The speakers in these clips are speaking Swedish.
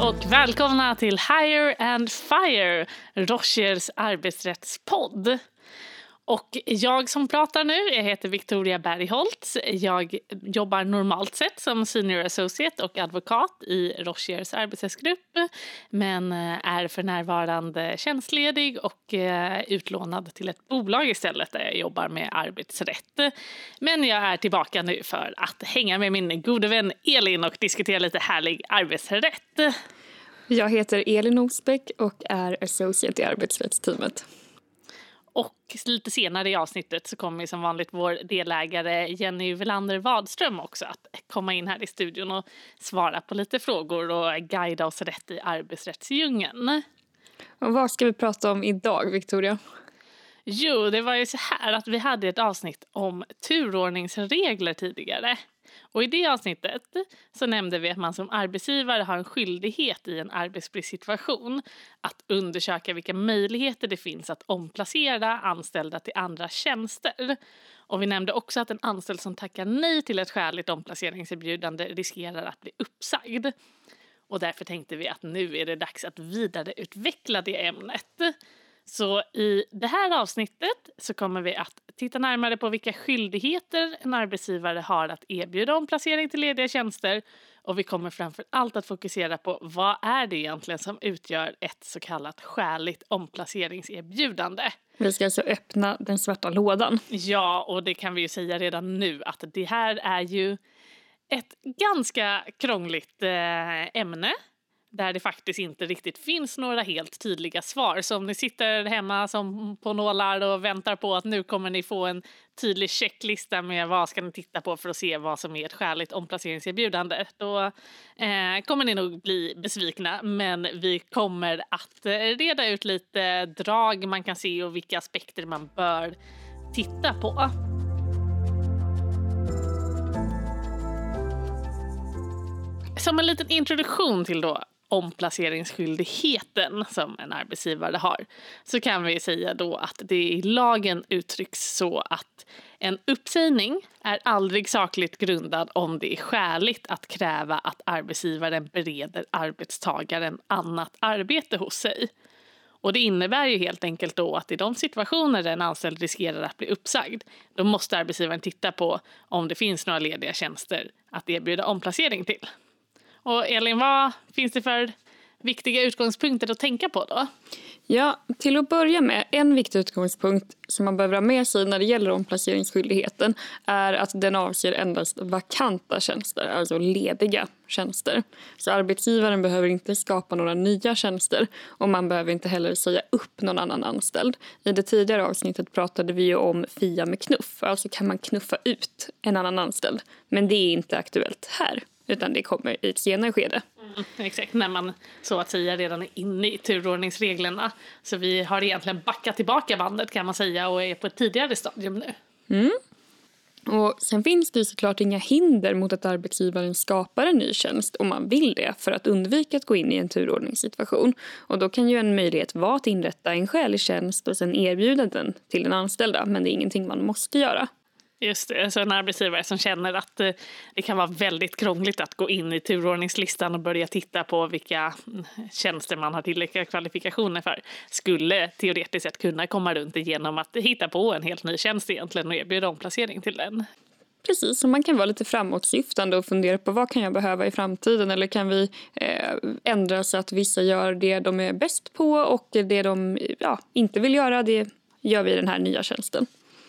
och välkomna till Hire and Fire, Rochers arbetsrättspodd. Och jag som pratar nu, jag heter Victoria Bergholtz. Jag jobbar normalt sett som senior associate och advokat i Rochers arbetsrättsgrupp. Men är för närvarande tjänstledig och utlånad till ett bolag istället där jag jobbar med arbetsrätt. Men jag är tillbaka nu för att hänga med min gode vän Elin och diskutera lite härlig arbetsrätt. Jag heter Elin Osbeck och är associate i arbetsrättsteamet. Och lite senare i avsnittet så kommer som vanligt vår delägare Jenny Welander Wadström också att komma in här i studion och svara på lite frågor och guida oss rätt i arbetsrättsdjungeln. Och vad ska vi prata om idag, Victoria? Jo, det var ju så här att vi hade ett avsnitt om turordningsregler tidigare. Och i det avsnittet så nämnde vi att man som arbetsgivare har en skyldighet i en arbetsbristsituation att undersöka vilka möjligheter det finns att omplacera anställda till andra tjänster. Och vi nämnde också att en anställd som tackar nej till ett skäligt omplaceringserbjudande riskerar att bli uppsagd. Och därför tänkte vi att nu är det dags att vidareutveckla det ämnet. Så i det här avsnittet så kommer vi att titta närmare på vilka skyldigheter en arbetsgivare har att erbjuda omplacering till lediga tjänster. Och vi kommer framför allt att fokusera på vad är det egentligen som utgör ett så kallat skäligt omplaceringserbjudande. Vi ska alltså öppna den svarta lådan. Ja, och det kan vi ju säga redan nu att det här är ju ett ganska krångligt ämne. Där det faktiskt inte riktigt finns några helt tydliga svar. Så om ni sitter hemma som på nålar och väntar på att nu kommer ni få en tydlig checklista med vad ska ni titta på för att se vad som är ett skäligt omplaceringserbjudande. Då kommer ni nog bli besvikna. Men vi kommer att reda ut lite drag man kan se och vilka aspekter man bör titta på. Som en liten introduktion till då omplaceringsskyldigheten som en arbetsgivare har så kan vi säga då att det i lagen uttrycks så att en uppsägning är aldrig sakligt grundad om det är skäligt att kräva att arbetsgivaren bereder arbetstagaren annat arbete hos sig. Och det innebär ju helt enkelt då att i de situationer där en anställd riskerar att bli uppsagd då måste arbetsgivaren titta på om det finns några lediga tjänster att erbjuda omplacering till. Och Elin, vad finns det för viktiga utgångspunkter att tänka på då? Ja, till att börja med, en viktig utgångspunkt som man behöver ha med sig när det gäller omplaceringsskyldigheten är att den avser endast vakanta tjänster, alltså lediga tjänster. Så arbetsgivaren behöver inte skapa några nya tjänster och man behöver inte heller säga upp någon annan anställd. I det tidigare avsnittet pratade vi ju om fia med knuff, alltså kan man knuffa ut en annan anställd. Men det är inte aktuellt här. Utan det kommer i ett senare skede. Exakt, när man så att säga redan är inne i turordningsreglerna. Så vi har egentligen backat tillbaka bandet kan man säga och är på ett tidigare stadium nu. Och sen finns det ju såklart inga hinder mot att arbetsgivaren skapar en ny tjänst om man vill det för att undvika att gå in i en turordningssituation. Och då kan ju en möjlighet vara att inrätta en skälig tjänst och sen erbjuda den till den anställda. Men det är ingenting man måste göra. Just det, så en arbetsgivare som känner att det kan vara väldigt krångligt att gå in i turordningslistan och börja titta på vilka tjänster man har tillräckliga kvalifikationer för skulle teoretiskt sett kunna komma runt genom att hitta på en helt ny tjänst egentligen och erbjuda omplacering till den. Precis, så man kan vara lite framåtsyftande och fundera på vad kan jag behöva i framtiden eller kan vi ändra så att vissa gör det de är bäst på och det de inte vill göra det gör vi i den här nya tjänsten.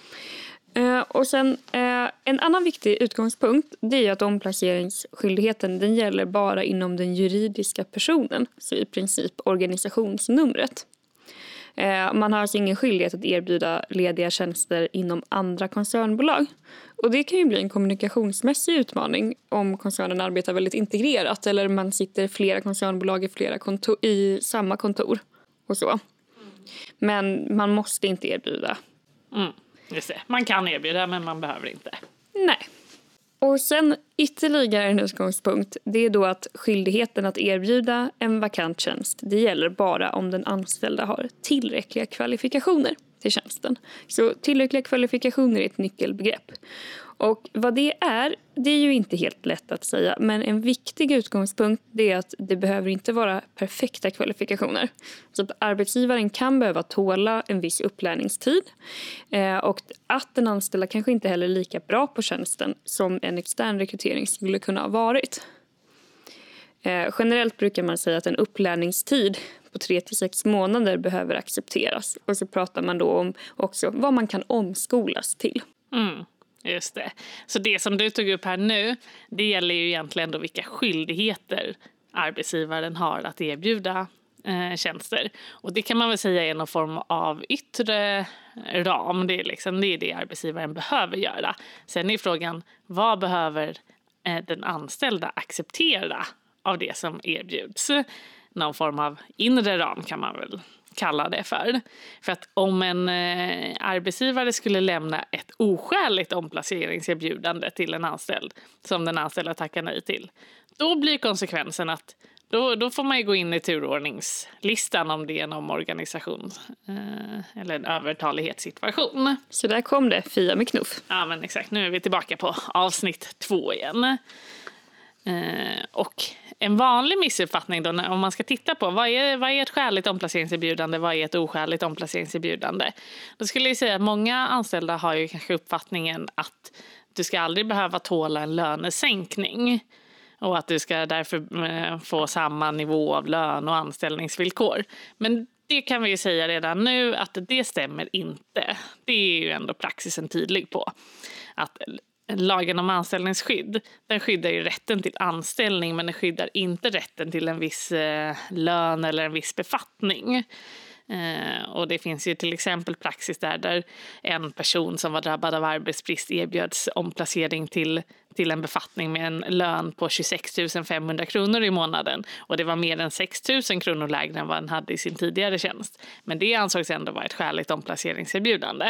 Och sen en annan viktig utgångspunkt det är att omplaceringsskyldigheten den gäller bara inom den juridiska personen, så i princip organisationsnumret. Man har alltså ingen skyldighet att erbjuda lediga tjänster inom andra koncernbolag. Och det kan ju bli en kommunikationsmässig utmaning om koncernen arbetar väldigt integrerat eller man sitter flera koncernbolag i samma kontor och så. Men man måste inte erbjuda. Just det. Man kan erbjuda men man behöver inte. Nej. Och sen ytterligare en utgångspunkt, det är då att skyldigheten att erbjuda en vakant tjänst, det gäller bara om den anställda har tillräckliga kvalifikationer till tjänsten. Så tillräckliga kvalifikationer är ett nyckelbegrepp. Och vad det är ju inte helt lätt att säga. Men en viktig utgångspunkt är att det behöver inte vara perfekta kvalifikationer. Så att arbetsgivaren kan behöva tåla en viss upplärningstid. Och att den anställda kanske inte heller är lika bra på tjänsten som en extern rekrytering skulle kunna ha varit. Generellt brukar man säga att en upplärningstid på 3-6 månader behöver accepteras. Och så pratar man då om också vad man kan omskolas till. Just det. Så det som du tog upp här nu, det gäller ju egentligen då vilka skyldigheter arbetsgivaren har att erbjuda tjänster. Och det kan man väl säga är någon form av yttre ram. Det är det arbetsgivaren behöver göra. Sen är frågan, vad behöver den anställda acceptera av det som erbjuds? Någon form av inre ram kan man väl kalla det för. För att om en arbetsgivare skulle lämna ett oskäligt omplaceringserbjudande till en anställd som den anställda tackar nej till, då blir konsekvensen att då får man ju gå in i turordningslistan om det är en omorganisation eller en övertalighetssituation. Så där kom det, Fia med knuff. Ja, men exakt. Nu är vi tillbaka på avsnitt 2 igen. Och en vanlig missuppfattning då, om man ska titta på vad är ett skäligt omplaceringserbjudande, vad är ett oskäligt omplaceringserbjudande, då skulle jag säga att många anställda har ju kanske uppfattningen att du ska aldrig behöva tåla en lönesänkning och att du ska därför få samma nivå av lön och anställningsvillkor. Men det kan vi ju säga redan nu att det stämmer inte. Det är ju ändå praxisen tydlig på att lagen om anställningsskydd, den skyddar ju rätten till anställning, men den skyddar inte rätten till en viss lön eller en viss befattning. Och det finns ju till exempel praxis där en person som var drabbad av arbetsbrist erbjöds omplacering till en befattning med en lön på 26 500 kronor i månaden. Och det var mer än 6 000 kronor lägre än vad han hade i sin tidigare tjänst. Men det ansågs ändå vara ett skäligt omplaceringserbjudande.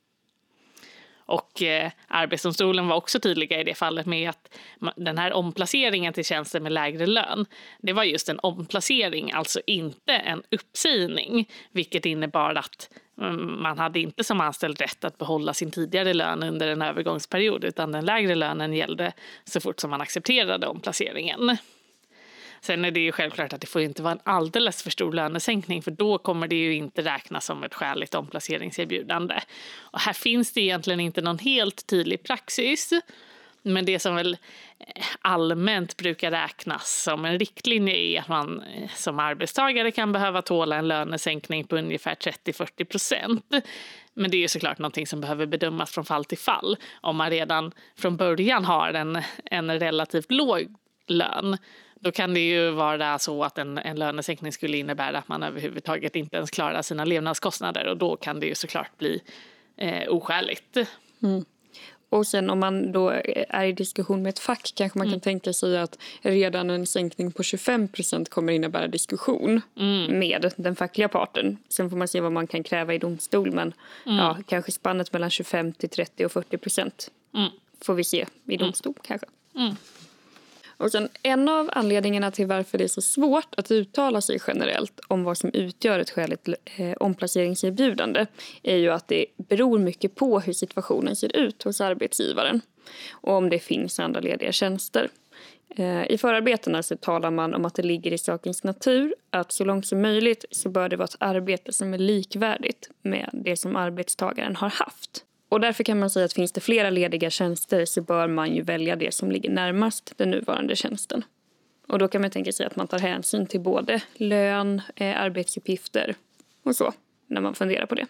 Och Arbetsdomstolen var också tydliga i det fallet med att den här omplaceringen till tjänsten med lägre lön, det var just en omplacering, alltså inte en uppsägning, vilket innebar att man hade inte som anställd rätt att behålla sin tidigare lön under en övergångsperiod, utan den lägre lönen gällde så fort som man accepterade omplaceringen. Sen är det ju självklart att det får inte vara en alldeles för stor lönesänkning, för då kommer det ju inte räknas som ett skäligt omplaceringserbjudande. Och här finns det egentligen inte någon helt tydlig praxis, men det som väl allmänt brukar räknas som en riktlinje är att man som arbetstagare kan behöva tåla en lönesänkning på ungefär 30-40%. Men det är ju såklart någonting som behöver bedömas från fall till fall. Om man redan från början har en relativt låg lön, då kan det ju vara så att en lönesänkning skulle innebära att man överhuvudtaget inte ens klarar sina levnadskostnader, och då kan det ju såklart bli oskäligt. Och sen om man då är i diskussion med ett fack kanske man kan tänka sig att redan en sänkning på 25% kommer innebära diskussion med den fackliga parten. Sen får man se vad man kan kräva i domstol, men ja, kanske spannet mellan 25 till 30 och 40% får vi se i domstol kanske. Och sen en av anledningarna till varför det är så svårt att uttala sig generellt om vad som utgör ett skäligt omplaceringserbjudande är ju att det beror mycket på hur situationen ser ut hos arbetsgivaren och om det finns andra lediga tjänster. I förarbetena så talar man om att det ligger i sakens natur att så långt som möjligt så bör det vara ett arbete som är likvärdigt med det som arbetstagaren har haft. Och därför kan man säga att finns det flera lediga tjänster så bör man ju välja det som ligger närmast den nuvarande tjänsten. Och då kan man tänka sig att man tar hänsyn till både lön, arbetsuppgifter och så när man funderar på det.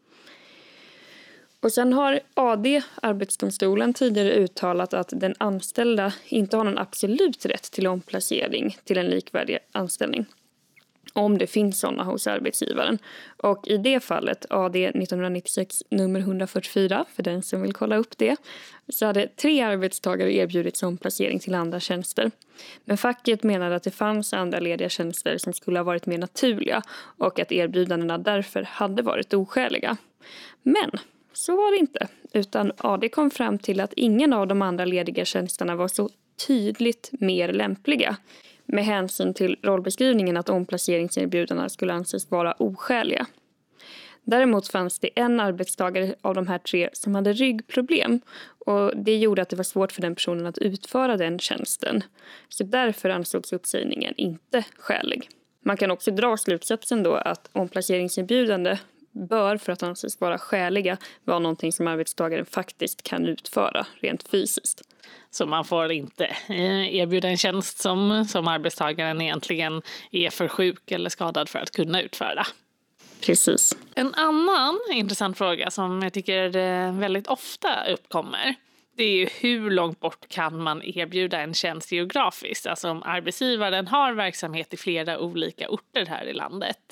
Och sen har AD, Arbetsdomstolen, tidigare uttalat att den anställda inte har någon absolut rätt till omplacering till en likvärdig anställning, om det finns sådana hos arbetsgivaren. Och i det fallet, AD 1996 nummer 144, för den som vill kolla upp det, så hade 3 arbetstagare erbjudits omplacering till andra tjänster. Men facket menade att det fanns andra lediga tjänster som skulle ha varit mer naturliga och att erbjudandena därför hade varit oskäliga. Men så var det inte, utan AD kom fram till att ingen av de andra lediga tjänsterna var så tydligt mer lämpliga, med hänsyn till rollbeskrivningen att omplaceringserbjudandena skulle anses vara oskäliga. Däremot fanns det en arbetstagare av de här 3 som hade ryggproblem och det gjorde att det var svårt för den personen att utföra den tjänsten. Så därför ansågs uppsägningen inte skälig. Man kan också dra slutsatsen då att omplaceringserbjudande bör för att anses vara skäliga vara någonting som arbetstagaren faktiskt kan utföra rent fysiskt. Så man får inte erbjuda en tjänst som arbetstagaren egentligen är för sjuk eller skadad för att kunna utföra. Precis. En annan intressant fråga som jag tycker väldigt ofta uppkommer, det är ju hur långt bort kan man erbjuda en tjänst geografiskt? Alltså om arbetsgivaren har verksamhet i flera olika orter här i landet.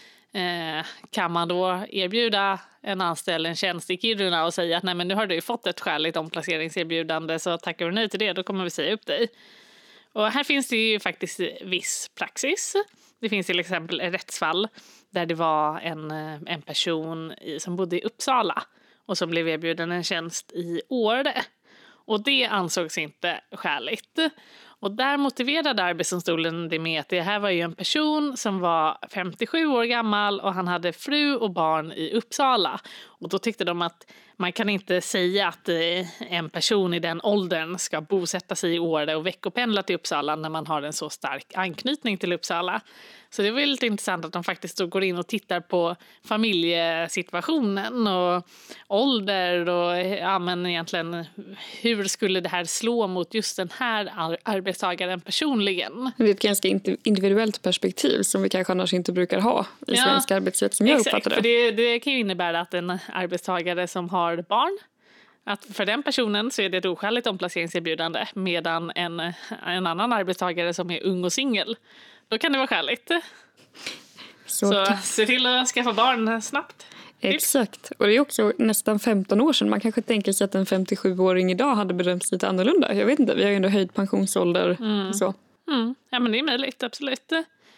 Kan man då erbjuda en anställd en tjänst i Kiruna och säga att nej, men nu har du ju fått ett skäligt omplaceringserbjudande, så tackar du nej till det, då kommer vi säga upp dig. Och här finns det ju faktiskt viss praxis. Det finns till exempel ett rättsfall där det var en person som bodde i Uppsala och som blev erbjuden en tjänst i Åre. Och det ansågs inte skäligt. Och där motiverade Arbetsdomstolen det med att det här var ju en person som var 57 år gammal och han hade fru och barn i Uppsala. Och då tyckte de att man kan inte säga att en person i den åldern ska bosätta sig i Åre och veckopendla till Uppsala när man har en så stark anknytning till Uppsala. Så det var lite intressant att de faktiskt då går in och tittar på familjesituationen och ålder och ja, men egentligen hur skulle det här slå mot just den här arbetstagaren personligen. Det är ett ganska individuellt perspektiv som vi kanske annars inte brukar ha i svensk arbetsrätt som jag uppfattar det. För det kan ju innebära att en arbetstagare som har barn, att för den personen så är det ett oskäligt omplaceringserbjudande, medan en annan arbetstagare som är ung och singel, då kan det vara skäligt. Så se till att skaffa barn snabbt. Exakt. Och det är också nästan 15 år sedan. Man kanske tänker sig att en 57-åring idag hade bedömts lite annorlunda. Jag vet inte, vi har ju ändå höjd pensionsålder och så. Ja, men det är möjligt, absolut.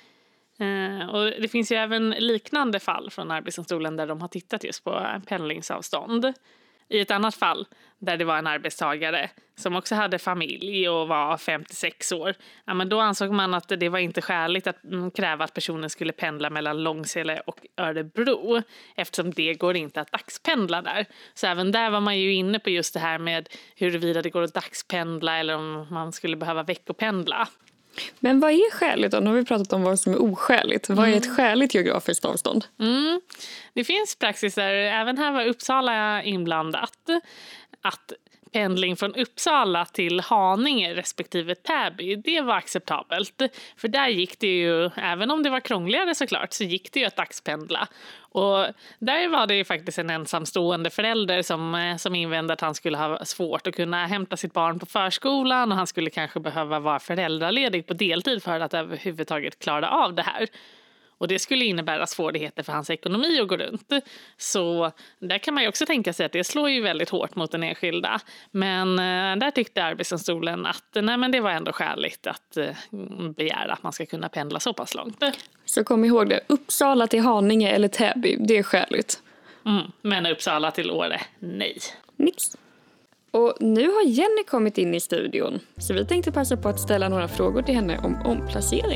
Och det finns ju även liknande fall från Arbetsdomstolen där de har tittat just på pendlingsavstånd. I ett annat fall där det var en arbetstagare som också hade familj och var 56 år. Ja, men då ansåg man att det var inte skäligt att kräva att personen skulle pendla mellan Långsele och Örebro, eftersom det går inte att dagspendla där. Så även där var man ju inne på just det här med huruvida det går att dagspendla eller om man skulle behöva veckopendla. Men vad är skäligt då? Nu har vi pratat om vad som är oskäligt. Vad är ett skäligt geografiskt avstånd? Det finns praxis där, även här var Uppsala inblandat, att pendling från Uppsala till Haninge respektive Täby, det var acceptabelt. För där gick det ju, även om det var krångligare såklart, så gick det ju att dagspendla. Och där var det ju faktiskt en ensamstående förälder som invände att han skulle ha svårt att kunna hämta sitt barn på förskolan och han skulle kanske behöva vara föräldraledig på deltid för att överhuvudtaget klara av det här. Och det skulle innebära svårigheter för hans ekonomi att gå runt. Så där kan man ju också tänka sig att det slår ju väldigt hårt mot den enskilda. Men där tyckte Arbetsdomstolen att nej, men det var ändå skäligt att begära att man ska kunna pendla så pass långt. Så kom ihåg det, Uppsala till Haninge eller Täby, det är skäligt. Men Uppsala till Åre, nej. Nix. Och nu har Jenny kommit in i studion. Så vi tänkte passa på att ställa några frågor till henne om omplacering.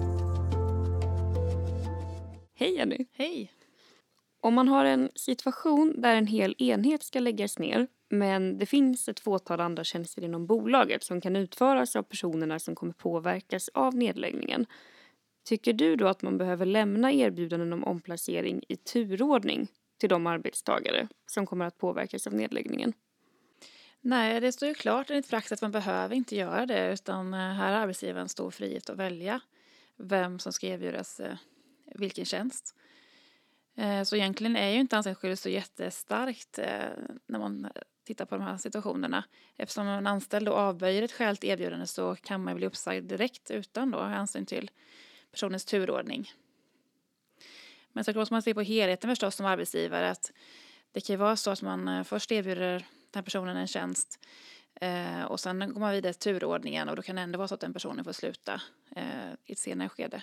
Hej Jenny. Hej. Om man har en situation där en hel enhet ska läggas ner, men det finns ett fåtal andra tjänster inom bolaget som kan utföras av personerna som kommer påverkas av nedläggningen. Tycker du då att man behöver lämna erbjudanden om omplacering i turordning till de arbetstagare som kommer att påverkas av nedläggningen? Nej, det står ju klart enligt praxis att man behöver inte göra det, utan här har arbetsgivaren stor frihet att välja vem som ska erbjudas vilken tjänst. Så egentligen är ju inte anställningsskyddet så jättestarkt när man tittar på de här situationerna. Eftersom en anställd då avböjer ett skäligt erbjudande så kan man bli uppsagd direkt utan då hänsyn till personens turordning. Men så måste man se på helheten förstås som arbetsgivare, att det kan ju vara så att man först erbjuder den här personen en tjänst och sen går man vidare till turordningen och då kan det ändå vara så att den personen får sluta i ett senare skede.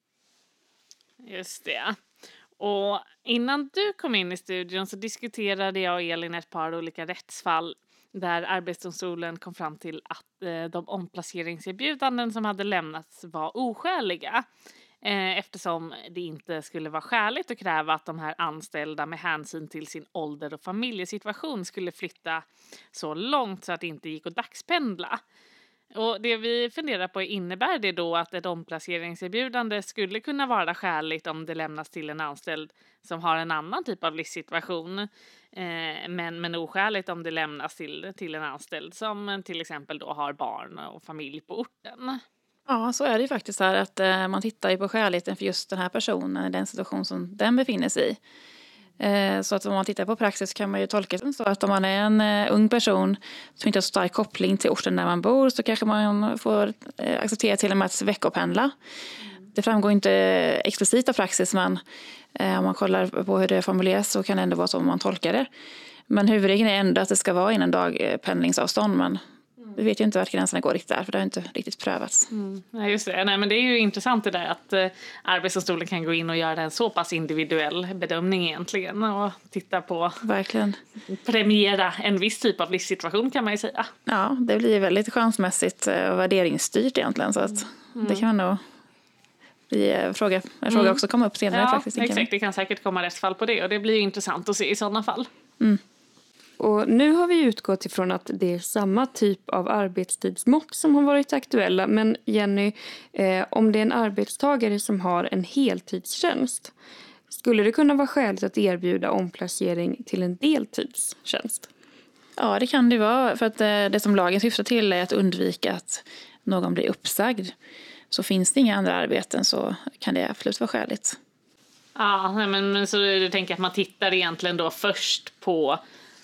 Just det. Och innan du kom in i studion så diskuterade jag och Elin ett par olika rättsfall där Arbetsdomstolen kom fram till att de omplaceringserbjudanden som hade lämnats var oskäliga. eftersom det inte skulle vara skäligt att kräva att de här anställda med hänsyn till sin ålder och familjesituation skulle flytta så långt så att det inte gick att dagspendla. Och det vi funderar på, innebär det då att ett omplaceringserbjudande skulle kunna vara skäligt om det lämnas till en anställd som har en annan typ av livssituation, men oskäligt om det lämnas till en anställd som till exempel då har barn och familj på orten? Ja, så är det ju faktiskt här att man tittar ju på skäligheten för just den här personen, den situation som den befinner sig i. Så att om man tittar på praxis kan man ju tolka det så att om man är en ung person som inte har så stark koppling till orten där man bor, så kanske man får acceptera till och med att veckopendla. Det framgår inte explicit av praxis, men om man kollar på hur det formuleras så kan det ändå vara så om man tolkar det. Men huvudregeln är ändå att det ska vara inom dagpendlingsavstånd, men vi vet ju inte vart gränserna går riktigt där, för det har inte riktigt prövats. Nej, just det. Nej, men det är ju intressant det där att Arbetsdomstolen kan gå in och göra en så pass individuell bedömning egentligen och titta på, verkligen premiera en viss typ av livssituation kan man ju säga. Ja, det blir väldigt chansmässigt och värderingsstyrt egentligen, så att det kan nog bli en fråga också komma upp senare. Ja, faktiskt. Exakt. Det kan säkert komma rättsfall på det och det blir ju intressant att se i sådana fall. Och nu har vi utgått ifrån att det är samma typ av arbetstidsmått som har varit aktuella. Men Jenny, om det är en arbetstagare som har en heltidstjänst, skulle det kunna vara skäligt att erbjuda omplacering till en deltidstjänst? Ja, det kan det vara. För att det som lagen syftar till är att undvika att någon blir uppsagd. Så finns det inga andra arbeten så kan det absolut vara skäligt. Ja, men så du tänker att man tittar egentligen då först på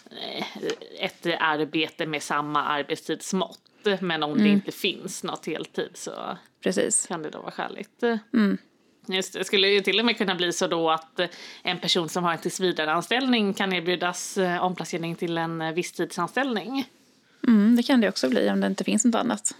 ett arbete med samma arbetstidsmått, men om det inte finns något heltid så Precis. Kan det då vara skäligt. Just det, skulle ju till och med kunna bli så då att en person som har en tillsvidareanställning kan erbjudas omplacering till en visstidsanställning. Det kan det också bli om det inte finns något annat.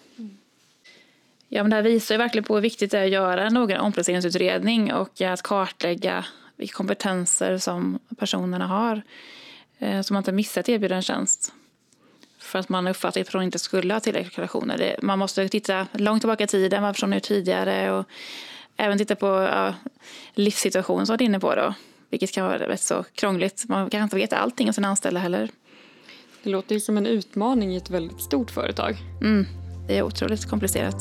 Ja, men det här visar ju verkligen på hur viktigt det är att göra någon omplaceringsutredning och att kartlägga vilka kompetenser som personerna har. Så man inte missar att erbjuda en tjänst. För att man uppfattar att personen inte skulle ha tillräckliga kvalifikationer. Man måste titta långt tillbaka i tiden, vad personen är tidigare. Och även titta på livssituationen som jag var inne på då. Vilket kan vara rätt så krångligt. Man kan inte veta allting om sina anställda heller. Det låter ju som en utmaning i ett väldigt stort företag. Det är otroligt komplicerat.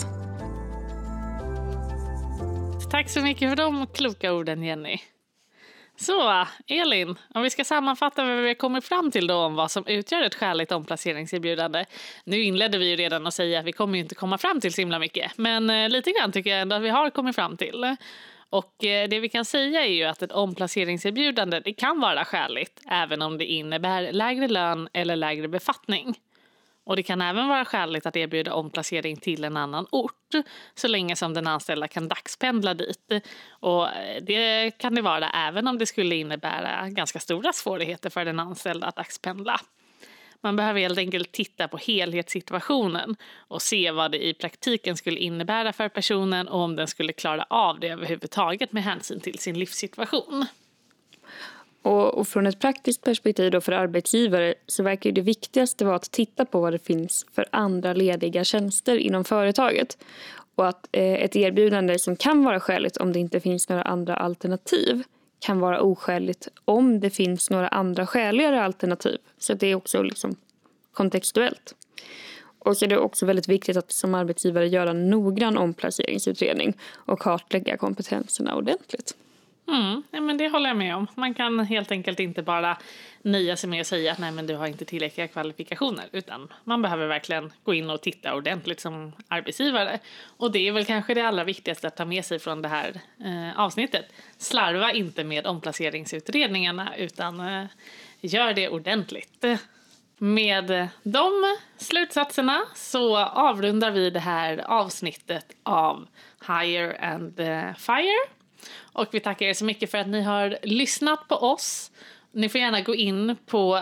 Tack så mycket för de kloka orden, Jenny. Så, Elin, om vi ska sammanfatta vad vi har kommit fram till då om vad som utgör ett skäligt omplaceringserbjudande. Nu inledde vi ju redan att säga att vi kommer ju inte komma fram till så himla mycket. Men lite grann tycker jag ändå att vi har kommit fram till. Och det vi kan säga är ju att ett omplaceringserbjudande det kan vara skäligt även om det innebär lägre lön eller lägre befattning. Och det kan även vara skäligt att erbjuda omplacering till en annan ort så länge som den anställda kan dagspendla dit. Och det kan det vara även om det skulle innebära ganska stora svårigheter för den anställda att dagspendla. Man behöver helt enkelt titta på helhetssituationen och se vad det i praktiken skulle innebära för personen och om den skulle klara av det överhuvudtaget med hänsyn till sin livssituation. Och från ett praktiskt perspektiv då för arbetsgivare så verkar det viktigaste vara att titta på vad det finns för andra lediga tjänster inom företaget. Och att ett erbjudande som kan vara skäligt om det inte finns några andra alternativ kan vara oskäligt om det finns några andra skäligare alternativ. Så det är också liksom kontextuellt. Och så är det också väldigt viktigt att som arbetsgivare göra en noggrann omplaceringsutredning och kartlägga kompetenserna ordentligt. Men det håller jag med om. Man kan helt enkelt inte bara nöja sig med att säga att nej, men du har inte tillräckliga kvalifikationer. Utan man behöver verkligen gå in och titta ordentligt som arbetsgivare. Och det är väl kanske det allra viktigaste att ta med sig från det här avsnittet. Slarva inte med omplaceringsutredningarna utan gör det ordentligt. Med de slutsatserna så avrundar vi det här avsnittet av Hire and Fire. Och vi tackar er så mycket för att ni har lyssnat på oss. Ni får gärna gå in på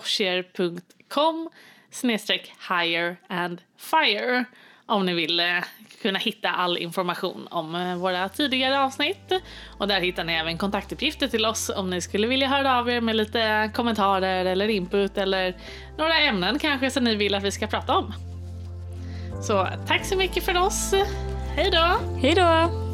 rochier.com/hire-and-fire om ni vill kunna hitta all information om våra tidigare avsnitt. Och där hittar ni även kontaktuppgifter till oss om ni skulle vilja höra av er med lite kommentarer eller input eller några ämnen kanske som ni vill att vi ska prata om. Så tack så mycket för oss. Hej då! Hej då!